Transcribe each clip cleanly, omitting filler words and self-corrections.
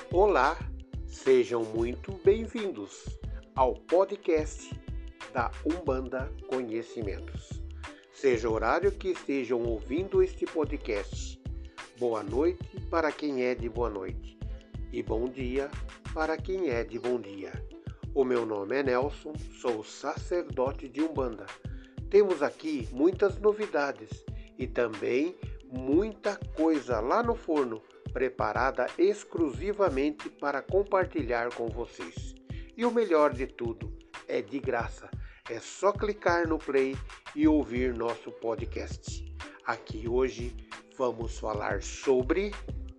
Olá, sejam muito bem-vindos ao podcast da Umbanda Conhecimentos. Seja o horário que estejam ouvindo este podcast, boa noite para quem é de boa noite e bom dia para quem é de bom dia. O meu nome é Nelson, sou sacerdote de Umbanda. Temos aqui muitas novidades e também muita coisa lá no forno, preparada exclusivamente para compartilhar com vocês. E o melhor de tudo, é de graça. É só clicar no play e ouvir nosso podcast. Aqui hoje vamos falar sobre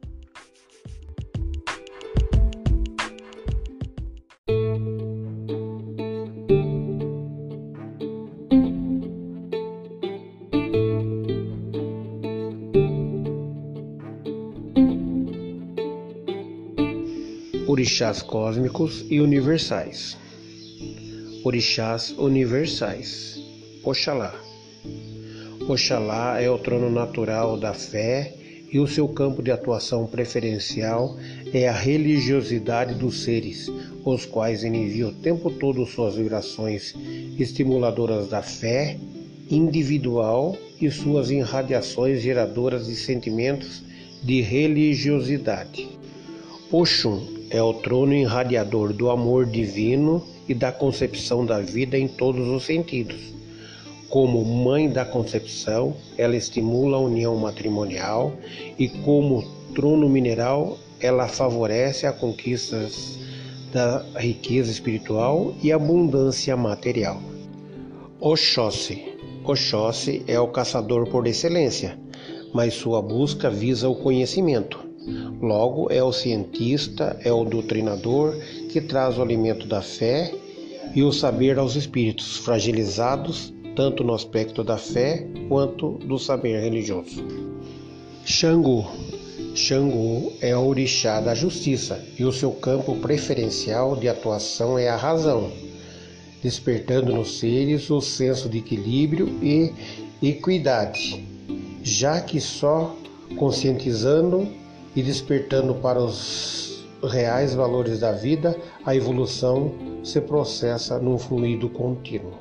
orixás cósmicos e universais. Orixás universais. Oxalá. Oxalá é o trono natural da fé e o seu campo de atuação preferencial é a religiosidade dos seres, os quais enviam o tempo todo suas vibrações estimuladoras da fé individual e suas irradiações geradoras de sentimentos de religiosidade. Oxum é o trono irradiador do amor divino e da concepção da vida em todos os sentidos. Como mãe da concepção, ela estimula a união matrimonial e como trono mineral, ela favorece a conquista da riqueza espiritual e abundância material. Oxóssi. Oxóssi é o caçador por excelência, mas sua busca visa o conhecimento. Logo, é o cientista, é o doutrinador que traz o alimento da fé e o saber aos espíritos fragilizados, tanto no aspecto da fé quanto do saber religioso. Xangô. Xangô é o orixá da justiça e o seu campo preferencial de atuação é a razão, despertando nos seres o senso de equilíbrio e equidade, já que só conscientizando e despertando para os reais valores da vida, a evolução se processa num fluido contínuo.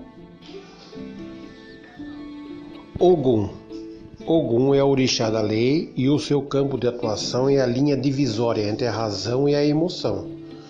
Ogum. Ogum é o orixá da lei e o seu campo de atuação é a linha divisória entre a razão e a emoção.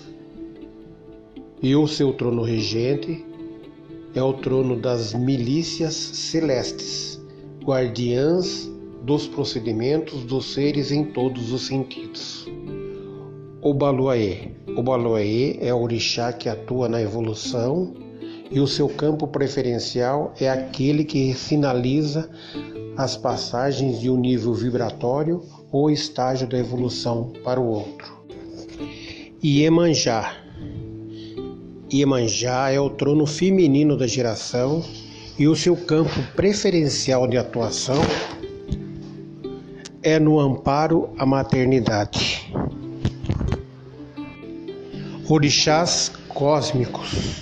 E o seu trono regente é o trono das milícias celestes, guardiãs dos procedimentos dos seres em todos os sentidos. Obaluaê. Obaluaê é o orixá que atua na evolução e o seu campo preferencial é aquele que sinaliza as passagens de um nível vibratório ou estágio da evolução para o outro. Iemanjá. Iemanjá é o trono feminino da geração e o seu campo preferencial de atuação é no amparo à maternidade. Orixás cósmicos.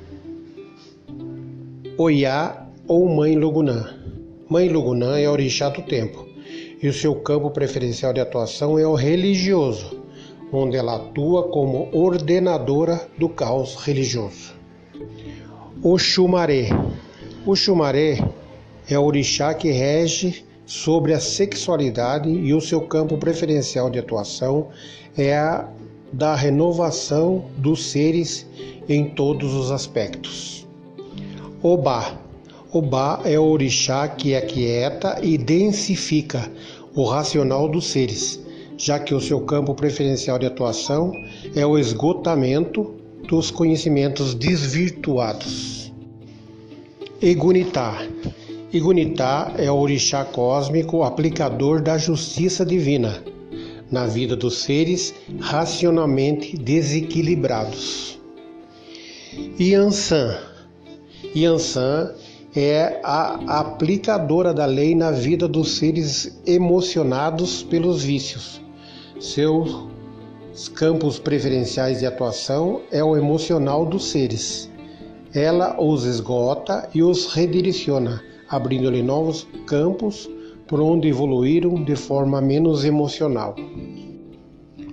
Oiá ou Mãe Logunã. Mãe Logunã é a orixá do tempo e o seu campo preferencial de atuação é o religioso, onde ela atua como ordenadora do caos religioso. Oxumaré. Oxumaré é o orixá que rege sobre a sexualidade e o seu campo preferencial de atuação é a da renovação dos seres em todos os aspectos. Obá. Obá é o orixá que aquieta e densifica o racional dos seres, já que o seu campo preferencial de atuação é o esgotamento dos conhecimentos desvirtuados. Egunitá. Egunitá é o orixá cósmico aplicador da justiça divina na vida dos seres racionalmente desequilibrados. Iansã. Iansã é a aplicadora da lei na vida dos seres emocionados pelos vícios. Seus campos preferenciais de atuação é o emocional dos seres. Ela os esgota e os redireciona, abrindo-lhe novos campos por onde evoluíram de forma menos emocional.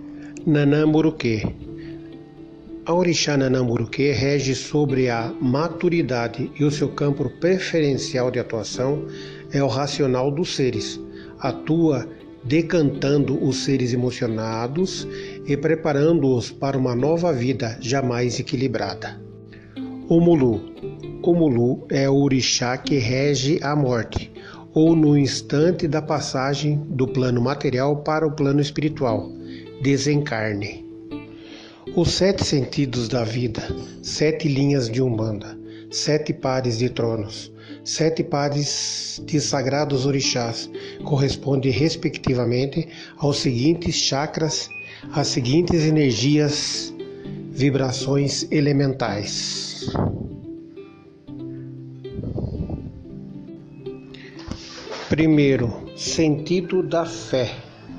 Nanamburuque. A orixá Nanamburuque rege sobre a maturidade e o seu campo preferencial de atuação é o racional dos seres. Atua decantando os seres emocionados e preparando-os para uma nova vida jamais equilibrada. Omulu. Omulu é o orixá que rege a morte, ou no instante da passagem do plano material para o plano espiritual, desencarne. Os 7 sentidos da vida, 7 linhas de Umbanda, 7 pares de tronos, 7 pares de sagrados orixás, correspondem respectivamente aos seguintes chakras, às seguintes energias, vibrações elementais. Primeiro, sentido da fé,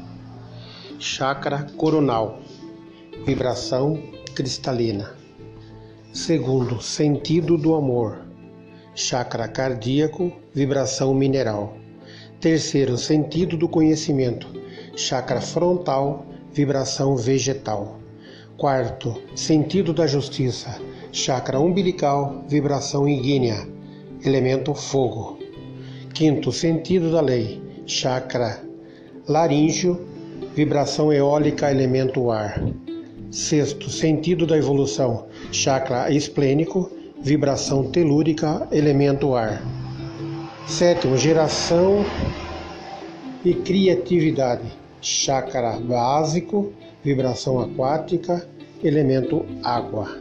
chakra coronal, vibração cristalina. Segundo, sentido do amor, chakra cardíaco, vibração mineral. Terceiro, sentido do conhecimento, chakra frontal, vibração vegetal. Quarto, sentido da justiça, chakra umbilical, vibração ígnea, elemento fogo. Quinto, sentido da lei, chakra laríngeo, vibração eólica, elemento ar. Sexto, sentido da evolução, chakra esplênico, vibração telúrica, elemento ar. Sétimo, geração e criatividade, chakra básico, vibração aquática, elemento água.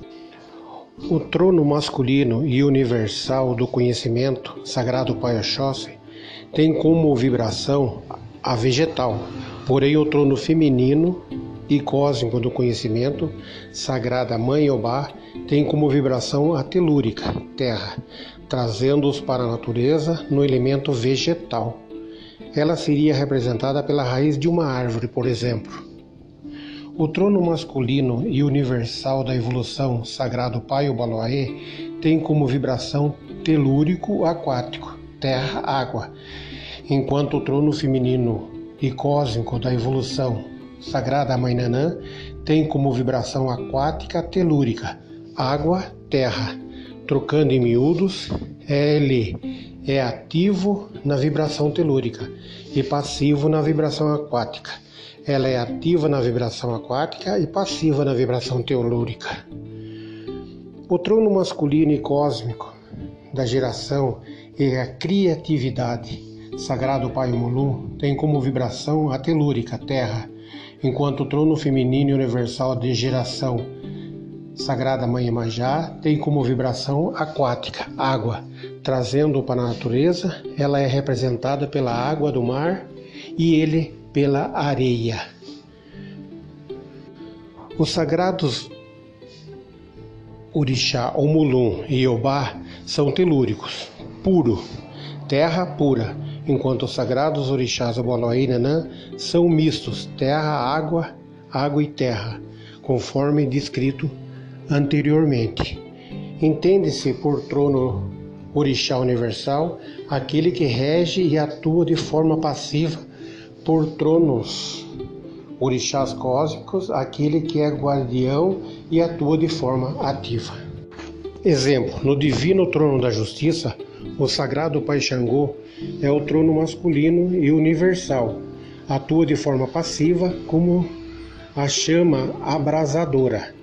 O trono masculino e universal do conhecimento, Sagrado Pai Oxóssi, tem como vibração a vegetal, porém o trono feminino e cósmico do conhecimento, Sagrada Mãe Obá, tem como vibração a telúrica, terra, trazendo-os para a natureza no elemento vegetal. Ela seria representada pela raiz de uma árvore, por exemplo. O trono masculino e universal da evolução, Sagrado Pai Obaloaê, tem como vibração telúrico aquático, terra, água, enquanto o trono feminino e cósmico da evolução, Sagrada Mãe Nanã, tem como vibração aquática telúrica, água, terra. Trocando em miúdos, ele é ativo na vibração telúrica e passivo na vibração aquática. Ela é ativa na vibração aquática e passiva na vibração telúrica. O trono masculino e cósmico da geração e a criatividade, Sagrado Pai Omulu, tem como vibração a telúrica, terra, enquanto o trono feminino e universal de geração, Sagrada Mãe Iemanjá, tem como vibração aquática, água, trazendo-o para a natureza. Ela é representada pela água do mar e ele pela areia. Os sagrados Orixá, Omulum e Obá são telúricos, puro, terra pura, enquanto os sagrados orixás Obaloaê e Nanã são mistos, terra, água e terra, conforme descrito anteriormente. Entende-se por trono orixá universal aquele que rege e atua de forma passiva, por tronos orixás cósmicos aquele que é guardião e atua de forma ativa. Exemplo, no divino trono da justiça, o sagrado Pai Xangô é o trono masculino e universal. Atua de forma passiva como a chama abrasadora.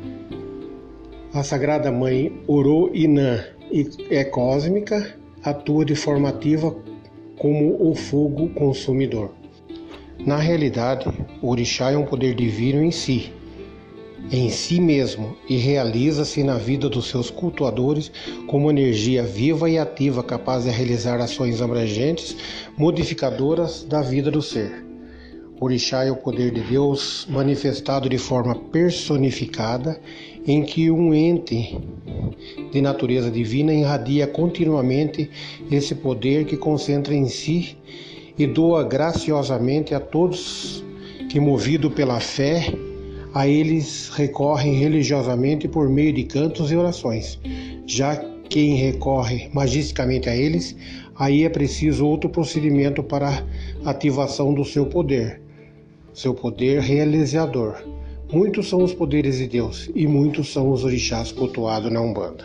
A sagrada mãe Oroinã é cósmica, atua de forma ativa como o fogo consumidor. Na realidade, o orixá é um poder divino em si mesmo, e realiza-se na vida dos seus cultuadores como energia viva e ativa capaz de realizar ações abrangentes, modificadoras da vida do ser. O orixá é o poder de Deus manifestado de forma personificada, em que um ente de natureza divina irradia continuamente esse poder que concentra em si e doa graciosamente a todos que, movido pela fé, a eles recorrem religiosamente por meio de cantos e orações. Já quem recorre magisticamente a eles, aí é preciso outro procedimento para a ativação do seu poder. seu poder realizador. Muitos são os poderes de Deus e muitos são os orixás cultuados na Umbanda.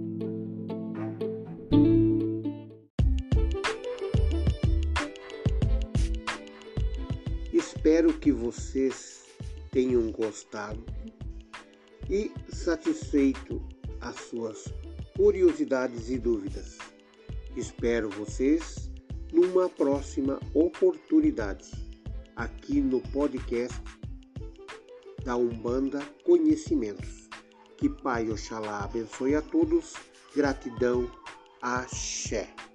Espero que vocês tenham gostado e satisfeito as suas curiosidades e dúvidas. Espero vocês numa próxima oportunidade aqui no podcast da Umbanda Conhecimentos. Que Pai Oxalá abençoe a todos. Gratidão. Axé.